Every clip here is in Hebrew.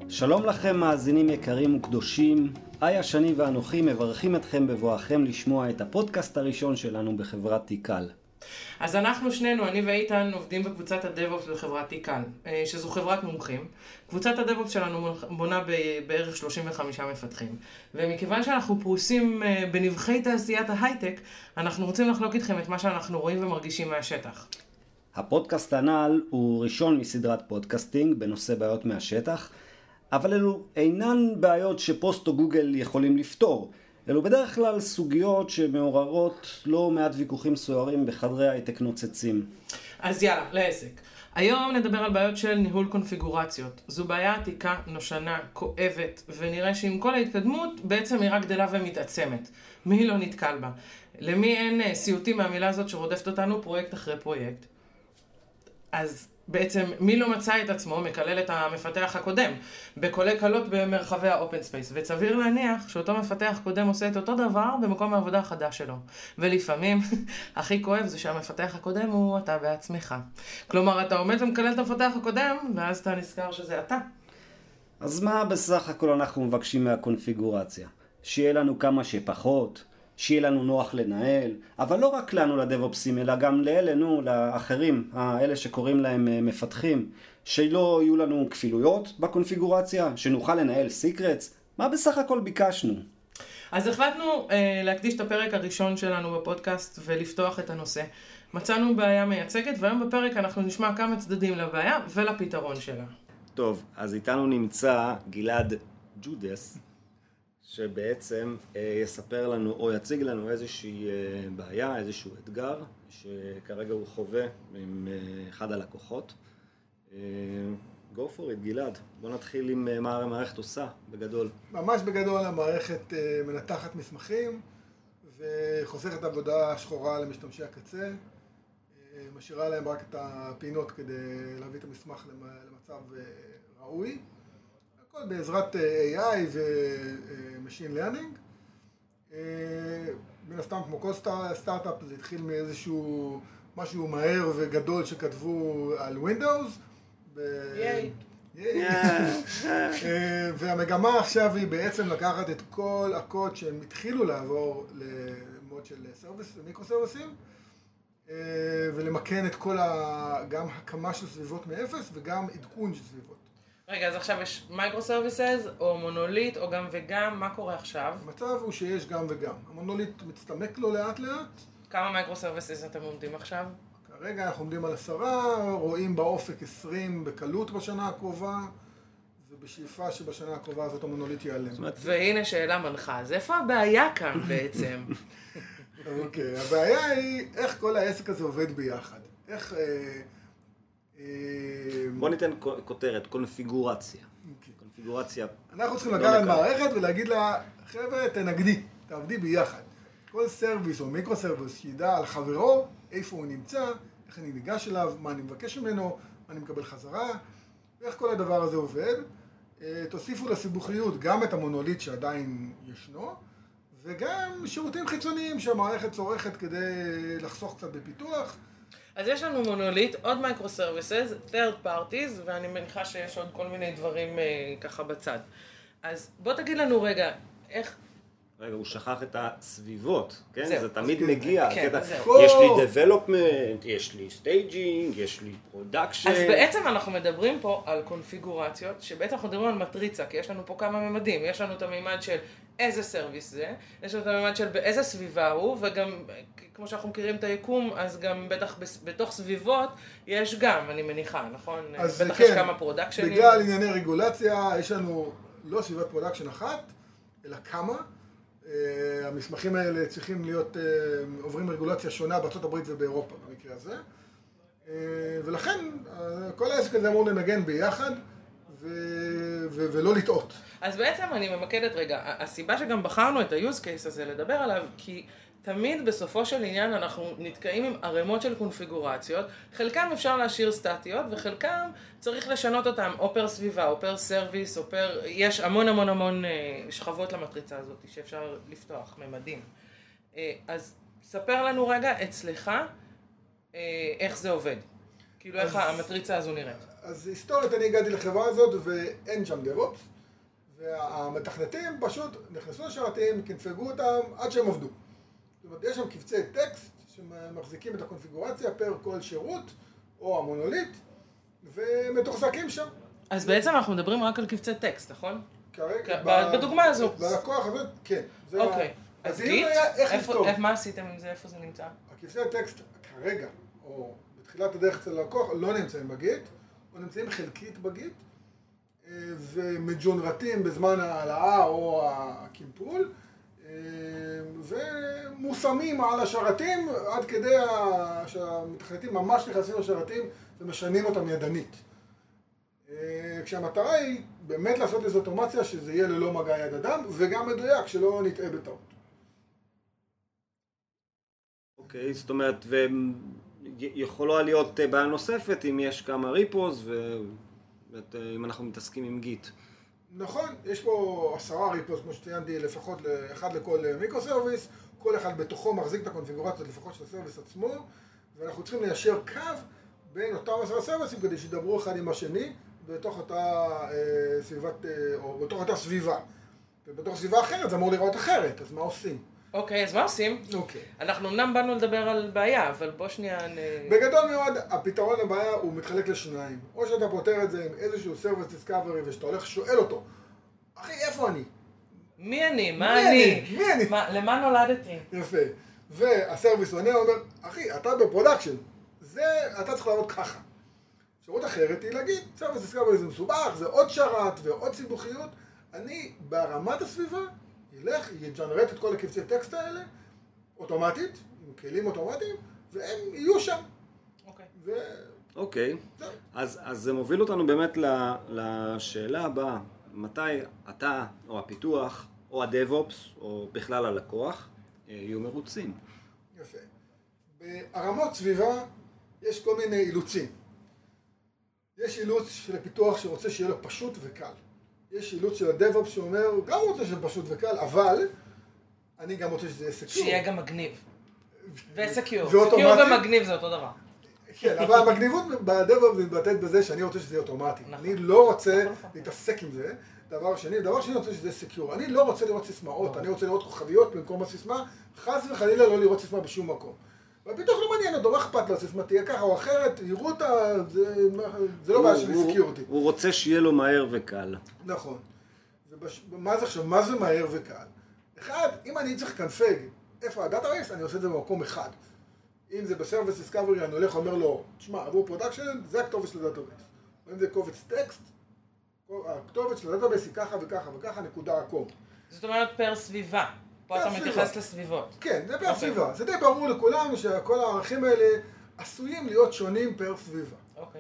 שלום לכם מאזינים יקרים וקדושים, איה שני ואנוכי מברכים אתכם בבואכם לשמוע את הפודקאסט הראשון שלנו בחברת תיקל. אז אנחנו שנינו, אני ואיתן, עובדים בקבוצת הדב-אופס בחברת תיקל, שזו חברת מומחים. קבוצת הדב-אופס שלנו בונה בערך 35 מפתחים. ומכיוון שאנחנו פרוסים בנבחי תעשיית ההייטק, אנחנו רוצים לחלוק איתכם את מה שאנחנו רואים ומרגישים מהשטח. הפודקאסט הנ"ל הוא ראשון מסדרת פודקאסטינג בנושא בעיות מהשטח, אבל אלו אינן בעיות שפוסט או גוגל יכולים לפתור. אלו בדרך כלל סוגיות שמעוררות לא מעט ויכוחים סוערים בחדרי הייטק נוצצים. אז יאללה, לעסק. היום נדבר על בעיות של ניהול קונפיגורציות. זו בעיה עתיקה, נושנה, כואבת, ונראה שעם כל ההתקדמות בעצם היא רק גדלה ומתעצמת. מי לא נתקל בה? למי אין סיוטים מהמילה הזאת שרודפת אותנו פרויקט אחרי פרויקט? אז בעצם מי לא מצא את עצמו מקלל את המפתח הקודם בקולי קלות במרחבי האופן ספייס, וצביר להניח שאותו מפתח קודם עושה את אותו דבר במקום העבודה החדש שלו. ולפעמים הכי כואב זה שהמפתח הקודם הוא אתה בעצמך. כלומר אתה עומד ומקלל את המפתח הקודם ואז אתה נזכר שזה אתה. אז מה בסך הכל אנחנו מבקשים מהקונפיגורציה? שיהיה לנו כמה שפחות, שיהיה לנו נוח לנהל, אבל לא רק לנו לדב-אופסים, אלא גם לאלנו, לאחרים, אלה שקוראים להם מפתחים, שלא יהיו לנו כפילויות בקונפיגורציה, שנוכל לנהל סיקרטס. מה בסך הכל ביקשנו? אז החלטנו להקדיש את הפרק הראשון שלנו בפודקאסט ולפתוח את הנושא. מצאנו בעיה מייצגת, והיום בפרק אנחנו נשמע כמה צדדים לבעיה ולפתרון שלה. טוב, אז איתנו נמצא גלעד ג'ודס, שבעצם יספר לנו או יציג לנו איזושהי בעיה, איזשהו אתגר שכרגע הוא חווה עם אחד הלקוחות. Go for it, גלעד. בוא נתחיל עם מה המערכת עושה בגדול. ממש בגדול המערכת מנתחת מסמכים וחוסכת עבודה שחורה למשתמשי הקצה, משאירה להם רק את הפינות כדי להביא את המסמך למצב ראוי. הכל בעזרת AI ו-Machine Learning. מן הסתם כמו כל סטארט-אפ זה התחיל מאיזשהו משהו מהר וגדול שכתבו על Windows. ייי. והמגמה עכשיו היא בעצם לקחת את כל הקוד שהם התחילו לעבור למוד של מיקרו-סרוויסים ולמקן את כל גם הקמה של סביבות מאפס וגם עדכון של סביבות. רגע, אז עכשיו יש מייקרו-סרוויסס או מונוליט או גם וגם, מה קורה עכשיו? המצב הוא שיש גם וגם. המונוליט מצטמק לו לאט לאט. כמה מייקרו-סרוויסס אתם עומדים עכשיו? כרגע אנחנו עומדים על 10, רואים באופק 20 בקלות בשנה הקרובה, ובשאיפה שבשנה הקרובה הזאת המונוליט ייעלם. והנה שאלה מנחה, אז איפה הבעיה כאן בעצם? אוקיי, הבעיה היא איך כל העסק הזה עובד ביחד. איך... בוא ניתן כותרת, קונפיגורציה. קונפיגורציה. אנחנו צריכים לקחת מערכת ולהגיד לה, חבר'ה, תנגדי, תעבדי ביחד. כל סרוויס או מיקרו-סרוויס שידע על חברו, איפה הוא נמצא, איך אני ניגש אליו, מה אני מבקש ממנו, מה אני מקבל חזרה, ואיך כל הדבר הזה עובד. תוסיפו לסיבוכיות גם את המונוליט שעדיין ישנו, וגם שירותים חיצוניים שהמערכת צורכת כדי לחסוך קצת בפיתוח. אז יש לנו מונוליט, עוד מייקרו-סרוויסס, third parties, ואני מניחה שיש עוד כל מיני דברים ככה בצד. אז בוא תגיד לנו רגע, איך... רגע, הוא שכח את הסביבות, כן? זהו, זה תמיד מגיע. כן, יש לי development, יש לי staging, יש לי production. אז בעצם אנחנו מדברים פה על קונפיגורציות, שבעצם אנחנו מדברים על מטריצה, כי יש לנו פה כמה ממדים. יש לנו את המימד של איזה סרוויס זה, יש לנו את המימד של באיזה סביבה הוא, וגם כמו שאנחנו מכירים את היקום, אז גם בטח בתוך סביבות יש גם, אני מניחה, נכון? אז בטח כן, יש כמה פרודקשנים. בגלל ענייני רגולציה, יש לנו לא סביבת פרודקשן אחת, אלא כמה. המסמכים האלה צריכים להיות, עוברים רגולציה שונה בארצות הברית ובאירופה במקרה הזה. ולכן כל העסק הזה אמור לנגן ביחד ולא לטעות. אז בעצם אני ממקדת רגע, הסיבה שגם בחרנו את ה-use case הזה לדבר עליו, כי תמיד בסופו של עניין אנחנו נתקעים עם ערימות של קונפיגורציות, חלקם אפשר להשאיר סטטיות וחלקם צריך לשנות אותם או פר סביבה או פר סרוויס או פר... יש המון שכבות למטריצה הזאת שאפשר לפתוח, ממדים. אז ספר לנו רגע אצלך איך זה עובד, כאילו איך המטריצה הזו נראית. אז היסטורית אני הגעתי לחברה הזאת ואין שם DevOps, והמתכנתים פשוט נכנסו לשרתים, קנפגו אותם עד שהם עבדו. זאת אומרת, יש שם קבצי טקסט שמחזיקים את הקונפיגורציה פר כל שירות או המונוליט, ומתוחזקים שם. אז בעצם אנחנו מדברים רק על קבצי טקסט, נכון? כרגע, בדוגמה הזו. בלקוח הזה, כן. אוקיי. אז גיט, מה עשיתם עם זה? איפה זה נמצא? הקבצי הטקסט כרגע, או בתחילת הדרך אצל הלקוח, לא נמצאים בגיט, או נמצאים חלקית בגיט, ומג'ונרטים בזמן העלאה או הקימפול, ומושמים על השרתים עד כדי שהמתכנתים ממש נכנסים לשרתים ומשנים אותם ידנית. כשהמטרה היא באמת לעשות איזו אוטומציה שזה יהיה ללא מגע יד אדם, וגם מדויק, שלא נטעה בטעות. אוקיי, זאת אומרת, ויכולה להיות בעיה נוספת אם יש כמה ריפוז, ואם אנחנו מתעסקים עם גיט. נכון, יש פה 10 ריפוז, כמו שציינתי, לפחות אחד לכל מיקרו-סרוויס, כל אחד בתוכו מחזיק את הקונפיגורציות לפחות של הסרוויס עצמו, ואנחנו צריכים ליישר קו בין אותם 10 סרוויסים כדי שידברו אחד עם השני בתוך אותה סביבת, או בתוך אותה סביבה. ובתוך סביבה אחרת זה אמור לראות אחרת, אז מה עושים? אוקיי, אז מה עושים? אוקיי. אנחנו אמנם באנו לדבר על בעיה, אבל בוא שנייה... בגדול מאוד, הפתרון לבעיה הוא מתחלק לשניים. או שאתה פותר את זה עם איזשהו Service Discovery, ושאתה הולך שואל אותו, אחי, איפה אני? מי אני? מה אני? מי אני? למה נולדתי? יפה. והסרוויס עונה אומר, אחי, אתה בפרודקשן, אתה צריך לעבוד ככה. אפשרות אחרת היא להגיד, Service Discovery זה מסובך, זה עוד שרת ועוד סיבוכיות. אני ברמת הסביבה, יג'נרט את כל הקבצי טקסט האלה, אוטומטית, עם כלים אוטומטיים, והם יהיו שם. אוקיי. אז זה מוביל אותנו באמת לשאלה הבאה, מתי אתה או הפיתוח או הדב-אופס או בכלל הלקוח יהיו מרוצים? יפה. ברמות סביבה יש כל מיני אילוצים. יש אילוץ של הפיתוח שרוצה שיהיה לו פשוט וקל. יש אילוץ של הדב-אופס שאומר, גם רוצה שזה פשוט וקל, אבל אני גם רוצה שזה יהיה סקיור. שיהיה גם מגניב. וסקיור. סקיור ומגניב זה אותו דבר. כן, אבל המגניבות בדב-אופס מתבטאת בזה שאני רוצה שזה יהיה אוטומטי. אני לא רוצה להתעסק עם זה. דבר שני, אני רוצה שזה יהיה סקיור. אני לא רוצה לראות סיסמאות, אני רוצה לראות כוכביות במקום הסיסמה, חס וחלילה לא לראות סיסמה בשום מקום. והפיתוח לא מעניין אותו, מה אכפת לו, הסיסמה תהיה ככה או אחרת, יראו אותה, זה לא בעיה של סקיורטי. הוא רוצה שיהיה לו מהר וקל. נכון. מה זה עכשיו? מה זה מהר וקל? אחד, אם אני צריך קנפג איפה הדאטאבייס, אני עושה את זה במקום אחד. אם זה בסרוויס דיסקאברי, אני הולך ואומר לו, תשמע, עבור פרודקשן, זה הכתובת של הדאטאבייס. או אם זה קובץ טקסט, הכתובת של הדאטאבייס היא ככה וככה וככה, נקודה עקום. זאת אומרת פר סביבה. פה אתה מתייחס לסביבות. כן, זה פר סביבה. זה די ברור לכולם שכל הערכים האלה עשויים להיות שונים פר סביבה. אוקיי.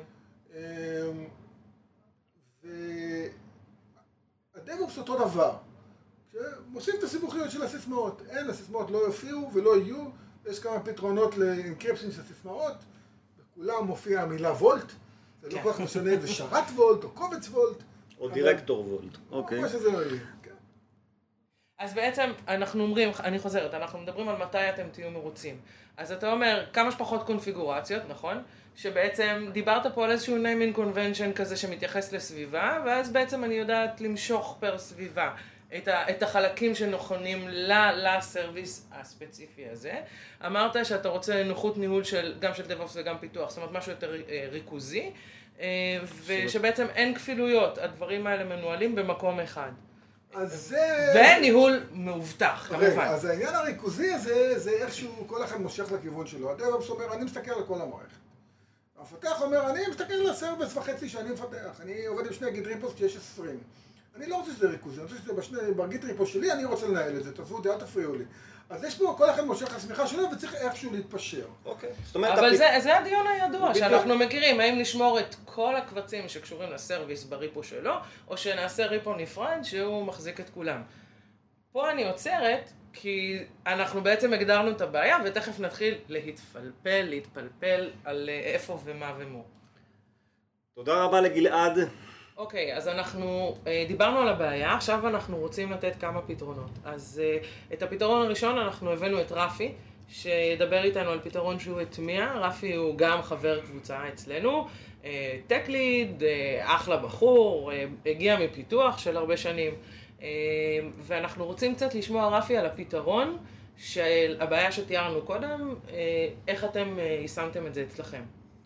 והדב-אופס אותו דבר. כשמוסיף את הסיבוכיות של הסיסמאות. אין, הסיסמאות לא יופיעו ולא יהיו. יש כמה פתרונות לאנקריפשן של סיסמאות. בכולם מופיעה המילה וולט. זה לא כל כך משנה אם זה שרת וולט או קובץ וולט. או דירקטור וולט. אוקיי. מה שזה לא יהיה. אז בעצם אנחנו אומרים, אני חוזרת, אנחנו מדברים על מתי אתם תהיו מרוצים. אז אתה אומר כמה שפחות קונפיגורציות, נכון? שבעצם דיברת פה על איזשהו naming convention כזה שמתייחס לסביבה, ואז בעצם אני יודעת למשוך פר סביבה את החלקים שנכונים לסרוויס הספציפי הזה. אמרת שאתה רוצה נוחות ניהול גם של DevOps וגם פיתוח, זאת אומרת משהו יותר ריכוזי, ושבעצם אין כפילויות, הדברים האלה מנוהלים במקום אחד. וניהול מאובטח, כמובן. אז העניין הריכוזי הזה, זה איכשהו כל אחד מושך לכיוון שלו. הדב-אופס אומר, אני מסתכל על כל המערכת. המפתח אומר, אני מסתכל על הסרוויס וחצי שאני מפתח. אני עובד עם שני גיט ריפוס כשיש 20. אני לא רוצה שזה ריכוזי, אני רוצה שזה בגיט ריפוס שלי, אני רוצה לנהל את זה, תעזבו אותי, אל תפריעו לי. אז יש פה כל אחד מושך הסמיכה שלו וצריך איכשהו להתפשר. אוקיי. אבל זה הדיון הידוע, שאנחנו מכירים, האם נשמור את כל הקבצים שקשורים לסרוויס בריפו שלו, או שנעשה ריפו נפרד שהוא מחזיק את כולם. פה אני עוצרת, כי אנחנו בעצם הגדרנו את הבעיה, ותכף נתחיל להתפלפל על איפה ומה ומו. תודה רבה לגלעד. אוקיי, אז אנחנו דיברנו על הבעיה, עכשיו אנחנו רוצים לתת כמה פתרונות. אז את הפתרון הראשון אנחנו הבאנו את רפי, שידבר איתנו על פתרון שהוא הטמיע. רפי הוא גם חבר קבוצה אצלנו, טק ליד, אחלה בחור, הגיע מפיתוח של הרבה שנים, ואנחנו רוצים קצת לשמוע רפי על הפתרון של הבעיה שתיארנו קודם, איך אתם יישמתם את זה אצלכם.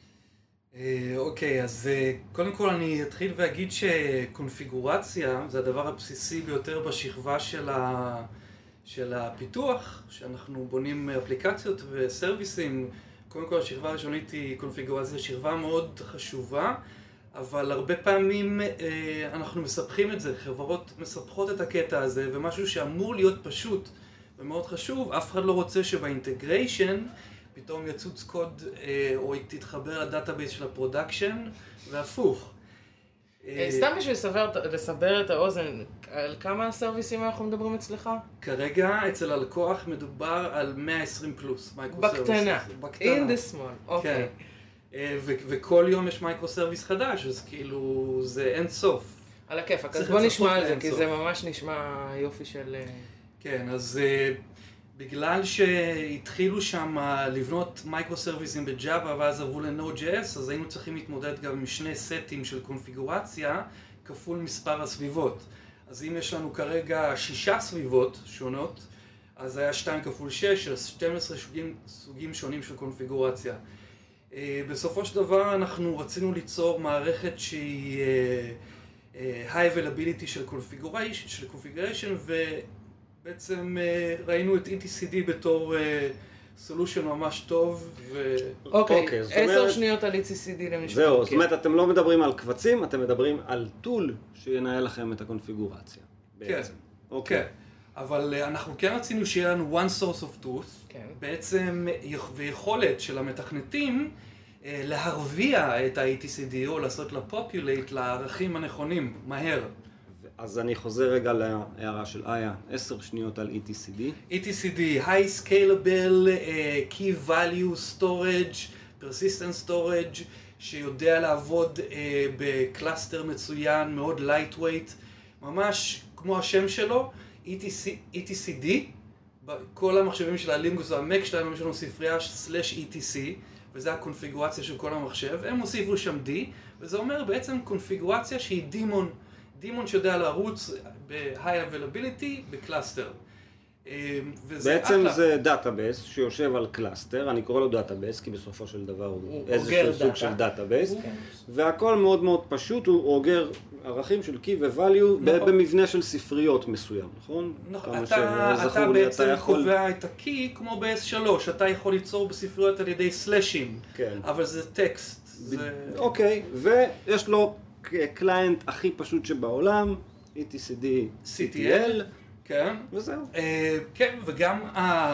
אוקיי, אז קודם כל אני אתחיל ואגיד שקונפיגורציה זה הדבר הבסיסי ביותר בשכבה של הפיתוח, שאנחנו בונים אפליקציות וסרוויסים. קודם כל השכבה הראשונית היא קונפיגורציה, שכבה מאוד חשובה, אבל הרבה פעמים אנחנו מספחים את זה, חברות מספחות את הקטע הזה, ומשהו שאמור להיות פשוט ומאוד חשוב, אף אחד לא רוצה שבאינטגריישן פתאום יצוץ קוד או תתחבר לדאטאבייס של הפרודקשן, והפוך. סתם בשביל לסבר את האוזן, על כמה סרוויסים אנחנו מדברים אצלך? כרגע אצל הלקוח מדובר על 120 פלוס מייקרו סרוויס. בקטנה. In the small, אוקיי. וכל יום יש מייקרו סרוויס חדש, אז כאילו זה אין סוף. על הכיפאק, אז בוא נשמע על זה, כי זה ממש נשמע יופי של... כן, אז בגלל שהתחילו שם לבנות מייקרו סרוויסים בג'אווה ואז עברו ל-Node.js, אז היינו צריכים להתמודד גם עם שני סטים של קונפיגורציה כפול מספר הסביבות. אז אם יש לנו כרגע 6 סביבות שונות, אז היה 2 כפול 6, אז 12 סוגים שונים של קונפיגורציה. בסופו של דבר אנחנו רצינו ליצור מערכת שהיא high availability של configuration, ובעצם ראינו את etcd בתור סולושן ממש טוב. אוקיי, 10 שניות על etcd למשפט. זהו, זאת אומרת, אתם לא מדברים על קבצים, אתם מדברים על טול שינהל לכם את הקונפיגורציה. כן, אוקיי. אבל אנחנו כן רצינו שיהיה לנו one source of truth, בעצם ויכולת של המתכנתים להרביע את ה-etcd או לעשות לה populate לערכים הנכונים, מהר. אז אני חוזר רגע להערה של איה, 10 שניות על etcd. etcd, high scalable, key value storage, persistent storage, שיודע לעבוד בקלאסטר מצוין, מאוד lightweight, ממש כמו השם שלו, etcd, כל המחשבים של הלינגוס והמק שלנו יש לנו ספרייה /etc, וזה הקונפיגורציה של כל המחשב, הם הוסיפו שם D, וזה אומר בעצם קונפיגורציה שהיא דימון שיודע לרוץ ב-high availability בקלאסטר. בעצם זה דאטאבייס שיושב על קלאסטר, אני קורא לו דאטאבייס כי בסופו של דבר הוא איזשהו סוג של דאטאבייס, והכל מאוד מאוד פשוט, הוא אוגר ערכים של key ו-value במבנה של ספריות מסוים, נכון? נכון, אתה בעצם קובע את ה-key כמו ב-S3, אתה יכול ליצור בספריות על ידי סלאשים, אבל זה טקסט. אוקיי, ויש לו קליינט הכי פשוט שבעולם, etcd CTL, כן. וזהו. כן, וגם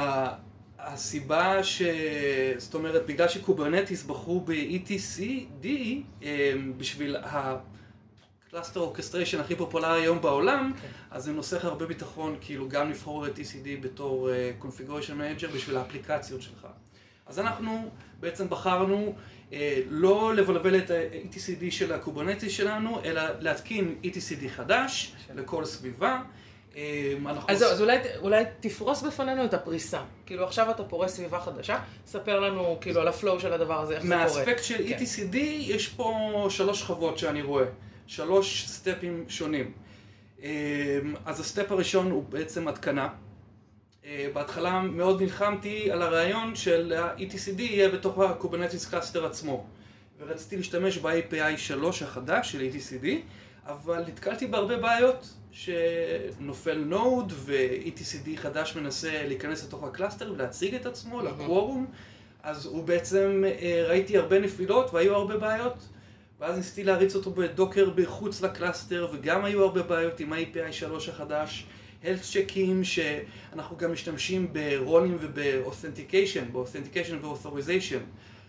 הסיבה זאת אומרת, בגלל שקוברנטיס בחרו ב-etcd בשביל הקלאסטר אורקסטריישן הכי פופולרי היום בעולם, אז זה נוסח הרבה ביטחון, כאילו גם לבחור את etcd בתור configuration manager בשביל האפליקציות שלך. אז אנחנו בעצם בחרנו לא לבלבל את ה-etcd של הקוברנטיס שלנו, אלא להתקין etcd חדש לכל סביבה. אז אולי תפרוס בפנינו את הפריסה. כאילו עכשיו אתה פורס סביבה חדשה, ספר לנו כאילו על הפלואו של הדבר הזה, איך זה קורה. מהאספקט של etcd יש פה 3 שכבות שאני רואה, 3 סטפים שונים. אז הסטפ הראשון הוא בעצם התקנה. בהתחלה מאוד נלחמתי על הרעיון של ה-etcd יהיה בתוך הקוברנטיס קלאסטר עצמו. ורציתי להשתמש ב-API 3 החדש של etcd, אבל נתקלתי בהרבה בעיות שנופל נוד ו-etcd חדש מנסה להיכנס לתוך הקלאסטר ולהציג את עצמו לקוורום, אז הוא בעצם, ראיתי הרבה נפילות והיו הרבה בעיות, ואז ניסיתי להריץ אותו בדוקר בחוץ לקלאסטר, וגם היו הרבה בעיות עם ה-API 3 החדש, health checking שאנחנו גם משתמשים ברולים ובאות'נטיקיישן, ו-authorization.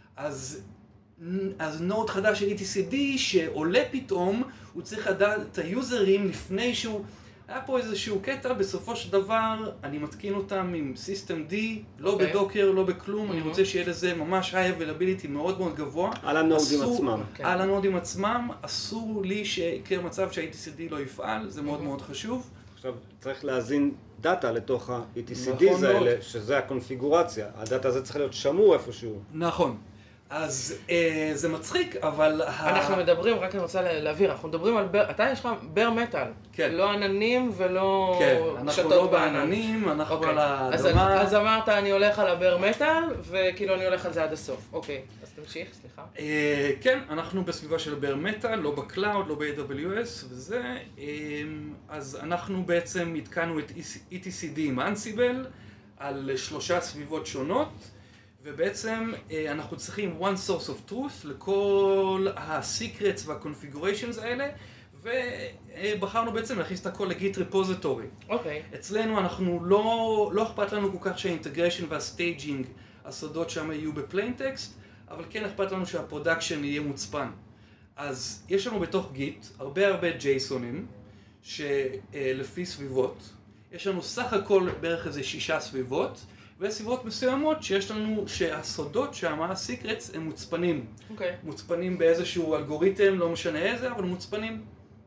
אז נוד חדש של etcd שעולה פתאום, הוא צריך לדעת את היוזרים לפני שהוא... היה פה איזשהו קטע, בסופו של דבר אני מתקין אותם עם System D, לא בדוקר, לא בכלום, אני רוצה שיהיה לזה ממש high availability מאוד מאוד גבוה. על הנודים עצמם. על הנודים עצמם, אסור לי שיקרה מצב שה-etcd לא יפעל, זה מאוד מאוד חשוב. עכשיו צריך להזין דאטה לתוך ה-etcd האלה, שזה הקונפיגורציה. הדאטה הזה צריך להיות שמור איפשהו. נכון. אז זה מצחיק, אבל... אנחנו מדברים, רק אני רוצה להבהיר, אנחנו מדברים על אתה יש לך בר מטל. כן. לא עננים ולא כן, אנחנו שתות לא בענן. בעננים, אנחנו אוקיי. על האדמה. אז אמרת, אני הולך על הבר מטל, וכאילו אני הולך על זה עד הסוף. אוקיי, אז תמשיך, סליחה. כן, אנחנו בסביבה של בר מטל, לא בקלאוד, לא ב-AWS וזה. אז אנחנו בעצם התקנו את ETCD עם אנסיבל על 3 סביבות שונות. ובעצם אנחנו צריכים one source of truth לכל ה-secrets וה-configurations האלה, ובחרנו בעצם להכניס את הכל לגיט ריפוזיטורי. אוקיי. אצלנו אנחנו לא אכפת לנו כל כך שהאינטגריישן והסטייג'ינג, הסודות שם יהיו בפליין טקסט, אבל כן אכפת לנו שהפרודקשן יהיה מוצפן. אז יש לנו בתוך גיט הרבה ג'ייסונים, שלפי סביבות, יש לנו סך הכל בערך איזה 6 סביבות, וסביבות מסוימות שיש לנו שהסודות שם, הסיקרטס, הם מוצפנים. אוקיי. מוצפנים באיזשהו אלגוריתם, לא משנה איזה, אבל מוצפנים.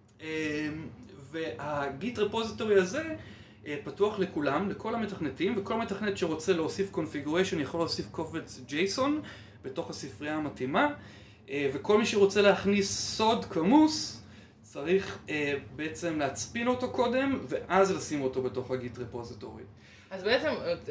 והגיט רפוזיטורי הזה פתוח לכולם, לכל המתכנתים, וכל מתכנת שרוצה להוסיף configuration יכול להוסיף קובץ JSON בתוך הספרייה המתאימה, וכל מי שרוצה להכניס סוד כמוס, צריך בעצם להצפין אותו קודם, ואז לשים אותו בתוך הגיט רפוזיטורי. אז בעצם,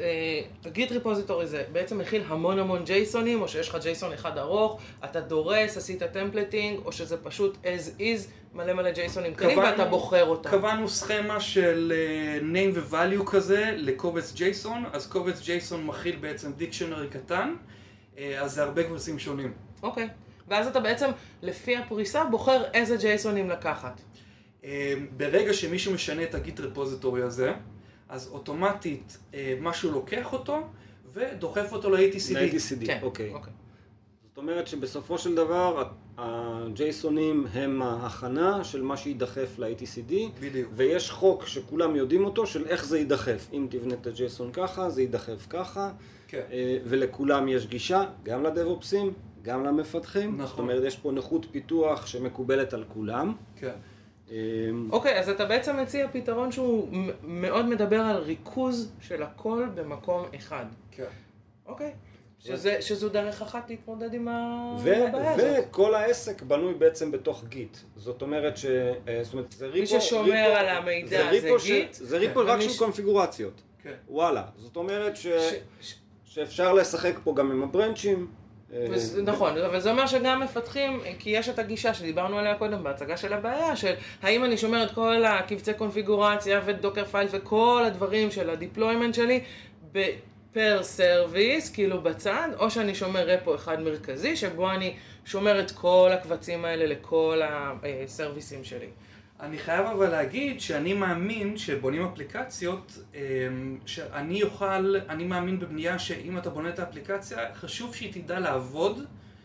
הגיט ריפוזיטורי זה בעצם מכיל המון ג'ייסונים, או שיש לך ג'ייסון אחד ארוך, אתה דורס, עשית טמפלטינג, או שזה פשוט as is, מלא ג'ייסונים קטנים, ואתה בוחר אותם. קבענו סכמה של name ו-value כזה לקובץ ג'ייסון, אז קובץ ג'ייסון מכיל בעצם דיקשנרי קטן, אז זה הרבה קבצים שונים. אוקיי, ואז אתה בעצם, לפי הפריסה, בוחר איזה ג'ייסונים לקחת. ברגע שמישהו משנה את הגיט ריפוזיטורי הזה, אז אוטומטית משהו לוקח אותו ודוחף אותו ל-ATCD. ל-ATCD, כן, אוקיי. זאת אומרת שבסופו של דבר הג'ייסונים הם ההכנה של מה שידחף ל-ATCD. בדיוק. ויש חוק שכולם יודעים אותו של איך זה יידחף. אם תבנה את הג'ייסון ככה, זה יידחף ככה. כן. ולכולם יש גישה, גם לדב-אופסים, גם למפתחים. נכון. זאת אומרת, יש פה נכות פיתוח שמקובלת על כולם. כן. אוקיי, אז אתה בעצם מציע פתרון שהוא מאוד מדבר על ריכוז של הכל במקום אחד. כן. אוקיי. שזו דרך אחת להתמודד עם הבעיה הזאת. וכל העסק בנוי בעצם בתוך גיט. זאת אומרת זה ריפו... מי ששומר על המידע זה גיט. זה ריפו רק של קונפיגורציות. כן. וואלה. זאת אומרת שאפשר לשחק פה גם עם הברנצ'ים. נכון, אבל זה אומר שגם מפתחים, כי יש את הגישה שדיברנו עליה קודם בהצגה של הבעיה, של האם אני שומר את כל הקבצי קונפיגורציה ודוקר פייל וכל הדברים של הדיפלוימנט שלי פר סרוויס, כאילו בצד, או שאני שומר רפו אחד מרכזי, שבו אני שומר את כל הקבצים האלה לכל הסרוויסים שלי. אני חייב אבל להגיד שאני מאמין שבונים אפליקציות, אני מאמין בבנייה שאם אתה בונה את האפליקציה, חשוב שהיא תדע לעבוד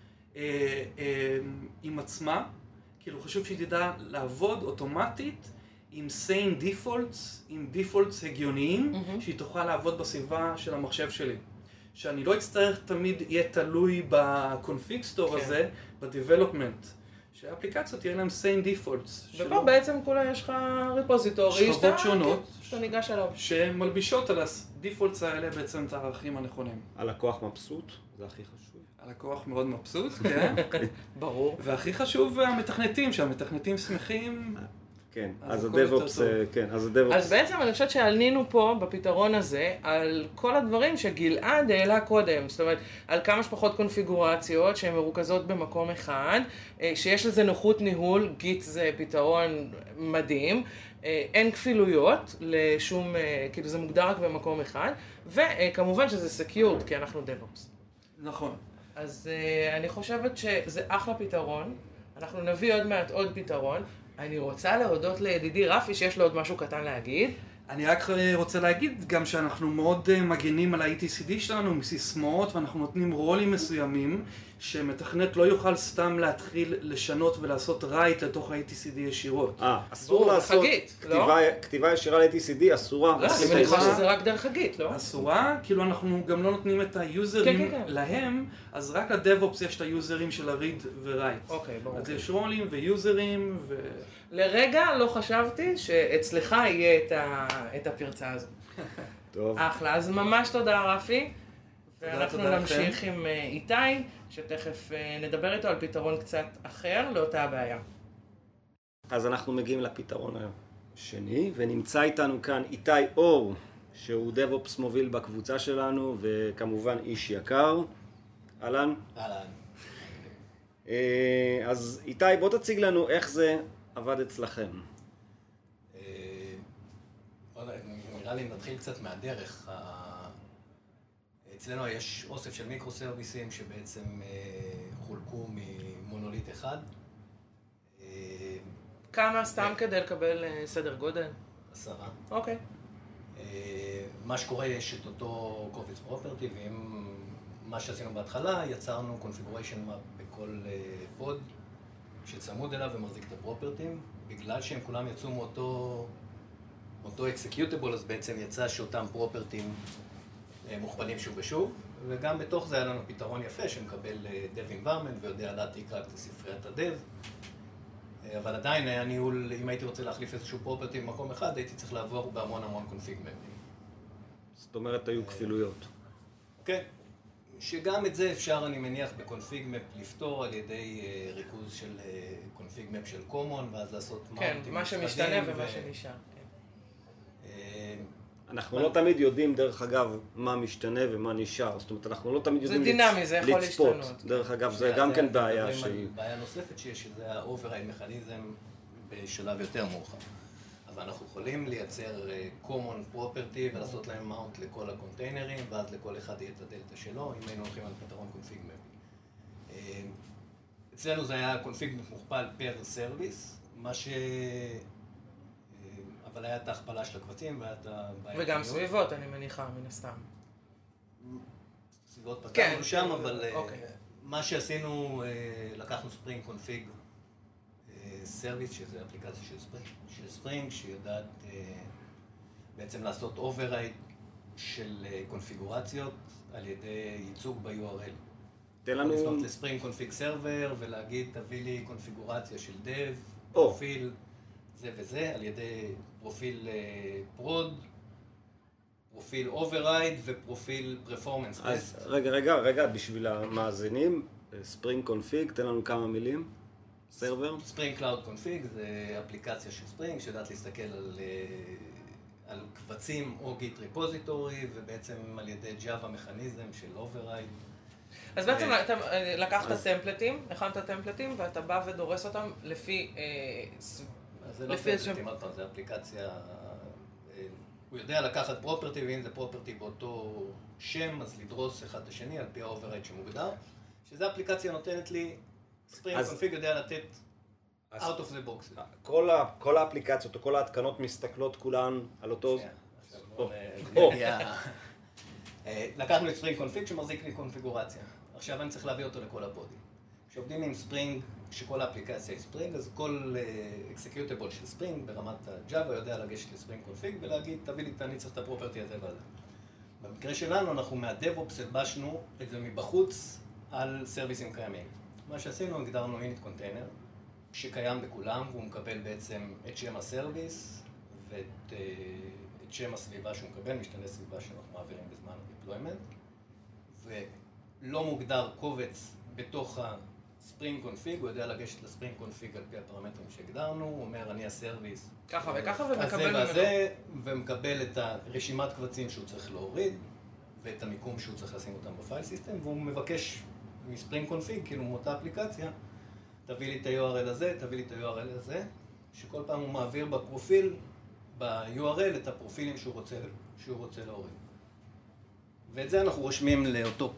עם עצמה, כאילו חשוב שהיא תדע לעבוד אוטומטית עם sane defaults, עם defaults הגיוניים, שהיא תוכל לעבוד בסביבה של המחשב שלי. שאני לא אצטרך תמיד יהיה תלוי בקונפיג סטור הזה, בdevelopment. שהאפליקציות יהיה להם sane defaults. ופה בעצם כולה יש לך ריפוזיטורי, שכבות שונות, שאתה ניגש עליו. שמלבישות על הדיפולטס האלה בעצם את הערכים הנכונים. הלקוח מבסוט, זה הכי חשוב. הלקוח מאוד מבסוט, כן. ברור. והכי חשוב המתכנתים, שהמתכנתים שמחים. כן, אז הדב-אופס, כן, אז הדב-אופס. אז בעצם אני חושבת שעלינו פה בפתרון הזה על כל הדברים שגלעד העלה קודם, זאת אומרת, על כמה שפחות קונפיגורציות שהן מרוכזות במקום אחד, שיש לזה נוחות ניהול, גיט זה פתרון מדהים, אין כפילויות לשום, כאילו זה מוגדר רק במקום אחד, וכמובן שזה סקיורד, כי אנחנו דב-אופס. נכון. אז אני חושבת שזה אחלה פתרון, אנחנו נביא עוד מעט עוד פתרון, אני רוצה להודות לידידי רפי שיש לו עוד משהו קטן להגיד. אני רק רוצה להגיד גם שאנחנו מאוד מגנים על ה-ETCD שלנו מסיסמאות, ואנחנו נותנים רולים מסוימים שמתכנת לא יוכל סתם להתחיל לשנות ולעשות רייט לתוך ה-ETCD ישירות. אסור לעשות כתיבה ישירה ל-ETCD, אסורה. לא, אני מניחה שזה רק דרך הגיט, לא? אסורה, כאילו אנחנו גם לא נותנים את היוזרים להם, אז רק לדב-אופס יש את היוזרים של ה-read ו-write. אוקיי, ברור. אז יש רולים ויוזרים ו... לרגע לא חשבתי שאצלך יהיה את הפרצה הזו. טוב. אחלה, אז ממש תודה רפי, ואנחנו תודה נמשיך עם איתי, שתכף נדבר איתו על פתרון קצת אחר לאותה הבעיה. אז אנחנו מגיעים לפתרון השני, ונמצא איתנו כאן איתי אור, שהוא DevOps מוביל בקבוצה שלנו, וכמובן איש יקר. אהלן. אהלן. אז איתי, בוא תציג לנו איך זה עבד אצלכם. נראה לי נתחיל קצת מהדרך. אצלנו יש אוסף של מיקרו-סרוויסים שבעצם חולקו ממונוליט אחד. כמה סתם כדי לקבל סדר גודל? 10. אוקיי. מה שקורה, יש את אותו קובץ פרופרטי, ועם מה שעשינו בהתחלה, יצרנו configuration map בכל פוד שצמוד אליו ומחזיק את הפרופרטים. בגלל שהם כולם יצאו מאותו executable, אז בעצם יצא שאותם פרופרטים מוכפלים שוב ושוב, וגם בתוך זה היה לנו פתרון יפה שמקבל dev environment ויודע להעתיק רק לספריית ה-dev. אבל עדיין היה ניהול, אם הייתי רוצה להחליף איזשהו פרופרטי במקום אחד, הייתי צריך לעבור בהמון config mapping. זאת אומרת, היו כפילויות. כן. שגם את זה אפשר, אני מניח, בקונפיג מפ לפתור על ידי ריכוז של קונפיג מפ של common, ואז לעשות כן, מה שמשתנה ומה שנשאר. אנחנו לא תמיד יודעים, דרך אגב, מה משתנה ומה נשאר. זאת אומרת, אנחנו לא תמיד יודעים זה דינמי, זה יכול לצפות. להשתנות. דרך אגב, זה גם כן בעיה שהיא... בעיה נוספת שיש, שזה ה-override מכניזם בשלב יותר מאוחר. אז אנחנו יכולים לייצר common property ולעשות להם mount לכל הקונטיינרים, ואז לכל אחד יהיה את הדלטה שלו, אם היינו הולכים על פתרון config map. אצלנו זה היה config מוכפל per service, מה ש... אבל היה את ההכפלה של הקבצים והיה את הבעיה. וגם סביבות, אני מניחה, מן הסתם. סביבות פתרנו כן, שם, אבל אוקיי. מה שעשינו, לקחנו Spring Config Service, שזה אפליקציה של Spring, שיודעת בעצם לעשות override של קונפיגורציות על ידי ייצוג ב-URL. תן לנו... לפנות ל-Spring Config Server ולהגיד, תביא לי קונפיגורציה של dev, פרופיל, זה וזה, על ידי פרופיל prod, פרופיל override ופרופיל performance test. אז רגע, בשביל המאזינים, Spring Config, תן לנו כמה מילים. סרבר? Spring Cloud Config זה אפליקציה של Spring שיודעת להסתכל על קבצים או Git repository, ובעצם על ידי Java מכניזם של override. אז בעצם אתה לקחת טמפלטים, הכנת טמפלטים, ואתה בא ודורס אותם לפי... זה לא טמפלטים, עוד פעם, זה אפליקציה... הוא יודע לקחת פרופרטי, ואם זה פרופרטי באותו שם, אז לדרוס אחד את השני על פי ה-override שמוגדר, שזה אפליקציה נותנת לי, Spring Config יודע לתת out of the box. כל האפליקציות או כל ההתקנות מסתכלות כולן על אותו... לקחנו את Spring Config שמחזיק לי קונפיגורציה. עכשיו אני צריך להביא אותו לכל הפודים. כשעובדים עם Spring, כשכל האפליקציה היא Spring, אז כל executable של Spring ברמת ה-Java יודע לגשת ל-Spring Config ולהגיד, תביא לי, אני צריך את הפרופרטי הזה ועזה. במקרה שלנו, אנחנו מה-DevOps הלבשנו את זה מבחוץ על סרוויסים קיימים. מה שעשינו, הגדרנו init container, שקיים בכולם, והוא מקבל בעצם את שם הסרוויס ואת שם הסביבה שהוא מקבל, משתנה סביבה שאנחנו מעבירים בזמן ה-deployment, ולא מוגדר קובץ בתוך ה-Spring Config, הוא יודע לגשת ל-Spring Config על פי הפרמטרים שהגדרנו, הוא אומר, אני הסרוויס ככה וככה ומקבל ממנו. הזה, ומקבל את הרשימת קבצים שהוא צריך להוריד, ואת המיקום שהוא צריך לשים אותם בפייל סיסטם, והוא מבקש מ-Spring Config, כאילו מאותה אפליקציה, תביא לי את ה-URL הזה, תביא לי את ה-URL הזה, שכל פעם הוא מעביר בפרופיל, ב-URL, את הפרופילים שהוא רוצה להוריד. ואת זה אנחנו רושמים לאותו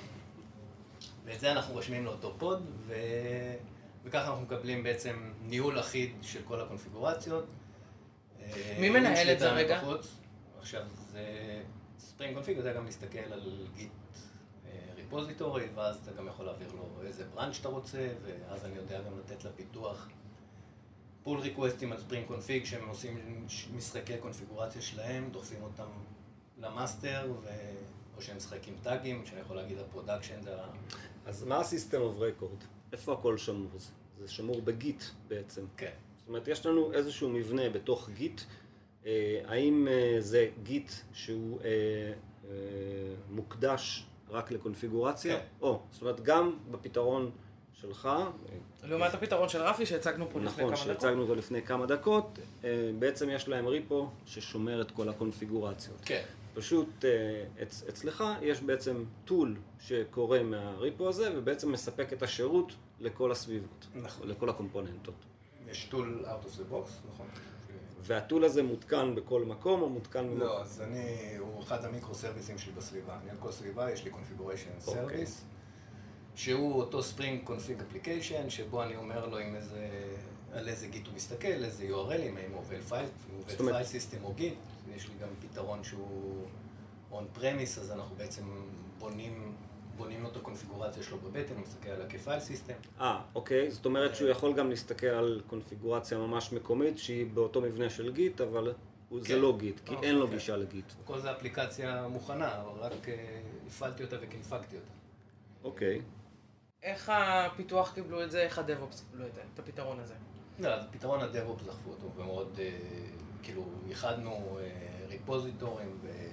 פוד, וככה אנחנו מקבלים בעצם ניהול אחיד של כל הקונפיגורציות. מי מנהל את זה רגע? עכשיו, זה Spring Config יודע גם להסתכל על Git repository, ואז אתה גם יכול להעביר לו איזה branch שאתה רוצה, ואז אני יודע גם לתת לפיתוח פול ריקווסטים על Spring Config, שהם עושים משחקי קונפיגורציה שלהם, דוחפים אותם למאסטר, או שהם משחקים טאגים, שאני יכול להגיד הפרודקשן זה... אז מה ה-System of Record? איפה הכל שמור? זה שמור בגיט בעצם. כן. זאת אומרת, יש לנו איזשהו מבנה בתוך גיט, האם זה גיט שהוא מוקדש רק לקונפיגורציה? כן. זאת אומרת, גם בפתרון שלך, לעומת הפתרון של רפי שהצגנו פה לפני נכון, כמה דקות. שהצגנו אותו לפני כמה דקות, בעצם יש להם ריפו ששומר את כל הקונפיגורציות. כן. פשוט אצלך יש בעצם טול שקורה מהריפו הזה, ובעצם מספק את השירות לכל הסביבות, נכון. לכל הקומפוננטות. יש טול out of the box, נכון. והטול הזה מותקן בכל מקום או מותקן לא, אז הוא אחד המיקרו-סרוויסים שלי בסביבה. אני על כל סביבה, יש לי configuration service, שהוא אותו Spring Config Application, שבו אני אומר לו על איזה גיט הוא מסתכל, איזה URL, אם הוא עובד פייל סיסטם או גיט. יש לי גם פתרון שהוא on-premise, אז אנחנו בעצם בונים לו את הקונפיגורציה שלו בבטן, הוא מסתכל עליה כפייל סיסטם. אוקיי, זאת אומרת שהוא יכול גם להסתכל על קונפיגורציה ממש מקומית, שהיא באותו מבנה של גיט, אבל זה לא גיט, כי אין לו גישה לגיט. כל זה אפליקציה מוכנה, אבל רק הפעלתי אותה וקינפקתי אותה. אוקיי. איך הפיתוח קיבלו את זה, איך הדב-אופס קיבלו את הפתרון הזה? לא, אז פתרון הדב-אופס דחפו אותו, ומאוד, כאילו, ייחדנו ריפוזיטורים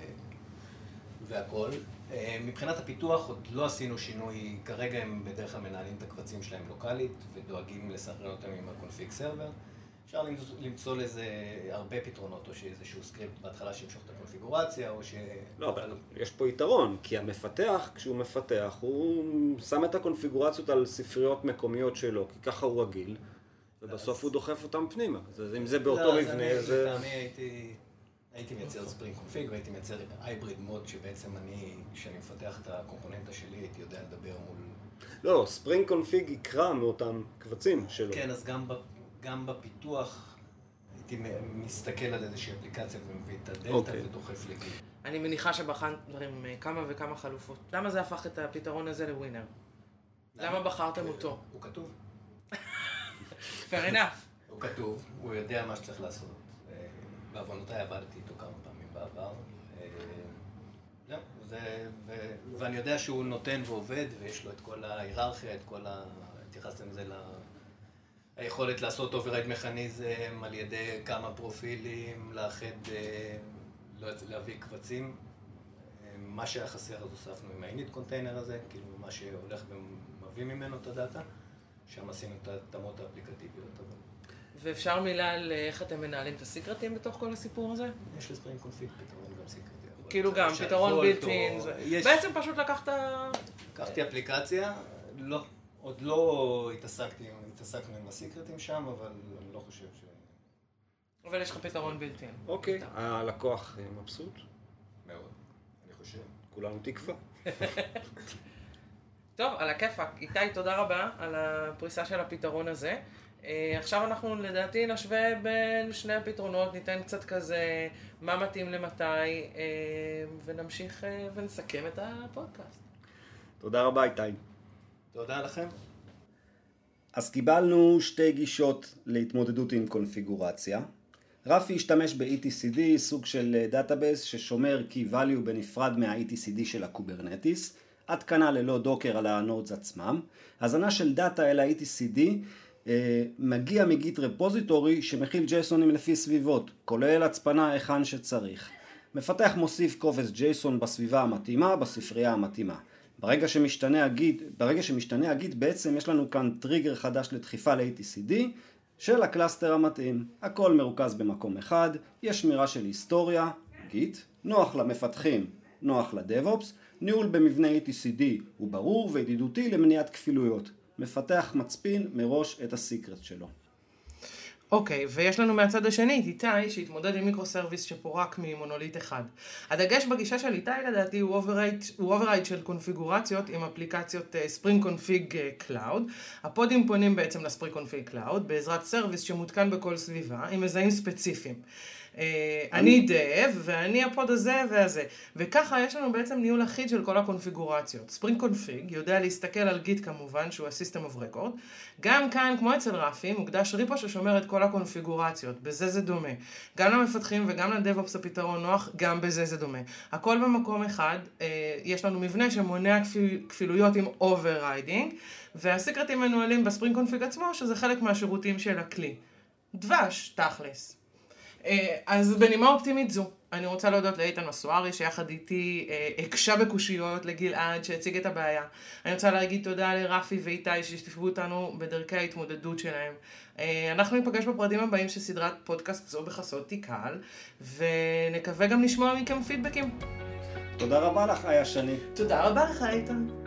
והכל. מבחינת הפיתוח עוד לא עשינו שינוי, כרגע הם בדרך כלל מנהלים את הקבצים שלהם לוקלית, ודואגים לסנכרן אותם עם הקונפיג סרבר. אפשר למצוא לזה הרבה פתרונות, או שאיזשהו סקריפט בהתחלה שימשוך את הקונפיגורציה, או ש... לא, אבל יש פה יתרון, כי המפתח, כשהוא מפתח, הוא שם את הקונפיגורציות על ספריות מקומיות שלו, כי ככה הוא רגיל, ובסוף הוא דוחף אותם פנימה. אם זה באותו מבנה, זה... לטעמי הייתי מייצר ספרינג קונפיג, והייתי מייצר הייבריד מוד, שבעצם כשאני מפתח את הקומפוננטה שלי, הייתי יודע לדבר מול... לא, ספרינג קונפיג יקרא מאותם קבצים שלו. כן, אז גם בפיתוח הייתי מסתכל על איזושהי אפליקציה ומביא את הדלטה ודוחף לגיל. אני מניחה שבחנת דברים כמה וכמה חלופות. למה זה הפך את הפתרון הזה לווינר? למה בחרתם אותו? הוא כתוב. fair enough. הוא כתוב, הוא יודע מה שצריך לעשות. בעוונותיי עבדתי איתו כמה פעמים בעבר. ואני יודע שהוא נותן ועובד, ויש לו את כל ההיררכיה, התייחסתם לזה היכולת לעשות override מכניזם על ידי כמה פרופילים, לאחד, להביא קבצים. מה שהיה חסר אז הוספנו עם ה-init קונטיינר הזה, כאילו מה שהולך ומביא ממנו את הדאטה, שם עשינו את התאמות האפליקטיביות. ואפשר מילה על איך אתם מנהלים את הסיקרטים בתוך כל הסיפור הזה? יש לספרינג קונפיג פתרון גם סיקרטי. כאילו גם, פתרון בילט-אין. בעצם פשוט לקחתי אפליקציה, עוד לא התעסקנו עם הסיקרטים שם, אבל אני לא חושב ש... אבל יש לך פתרון בילט-אין. אוקיי, הלקוח מבסוט? מאוד, אני חושב. כולנו תקווה. טוב, על הכיפק. איתי, תודה רבה על הפריסה של הפתרון הזה. עכשיו אנחנו לדעתי נשווה בין שני הפתרונות, ניתן קצת כזה מה מתאים למתי, ונמשיך ונסכם את הפודקאסט. תודה רבה איתי. תודה לכם. אז קיבלנו שתי גישות להתמודדות עם קונפיגורציה. רפי השתמש ב-ETCD, סוג של דאטאבייס ששומר key value בנפרד מה-ETCD של הקוברנטיס, התקנה ללא דוקר על הנודס עצמם. הזנה של דאטה אל ה-ETCD מגיע מגיט רפוזיטורי שמכיל ג'ייסונים לפי סביבות, כולל הצפנה היכן שצריך. מפתח מוסיף קובץ ג'ייסון בסביבה המתאימה, בספרייה המתאימה. ברגע שמשתנה הגיט בעצם יש לנו כאן טריגר חדש לדחיפה ל-ETCD של הקלאסטר המתאים. הכל מרוכז במקום אחד, יש שמירה של היסטוריה, גיט, נוח למפתחים, נוח לדב-אופס, ניהול במבנה ETCD הוא ברור וידידותי למניעת כפילויות. מפתח מצפין מראש את הסיקרט שלו. אוקיי, ויש לנו מהצד השני את איתי שהתמודד עם מיקרו-סרוויס שפורק ממונוליט אחד. הדגש בגישה של איתי לדעתי הוא override של קונפיגורציות עם אפליקציות Spring Config Cloud. הפודים פונים בעצם ל-Spring Config Cloud בעזרת סרוויס שמותקן בכל סביבה עם מזהים ספציפיים. אני דב ואני הפוד הזה והזה. וככה יש לנו בעצם ניהול אחיד של כל הקונפיגורציות. Spring Config יודע להסתכל על גיט כמובן שהוא ה-System of Record. גם כאן כמו אצל רפי מוקדש ריפו ששומר את כל הקונפיגורציות. בזה זה דומה. גם למפתחים וגם לדב-אופס הפתרון נוח, גם בזה זה דומה. הכל במקום אחד. יש לנו מבנה שמונע כפילויות עם overriding והסיקרטים מנוהלים בספרינג קונפיג עצמו שזה חלק מהשירותים של הכלי. דבש, תכלס. אז בנימה אופטימית זו, אני רוצה להודות לאיתן מסוארי שיחד איתי הקשה בקושיות לגלעד שהציג את הבעיה. אני רוצה להגיד תודה לרפי ואיתי שהשתתפו אותנו בדרכי ההתמודדות שלהם. אנחנו ניפגש בפרטים הבאים של סדרת פודקאסט זו בחסות תיקל, ונקווה גם לשמוע מכם פידבקים. תודה רבה לך, איה שני. תודה רבה לך איתן.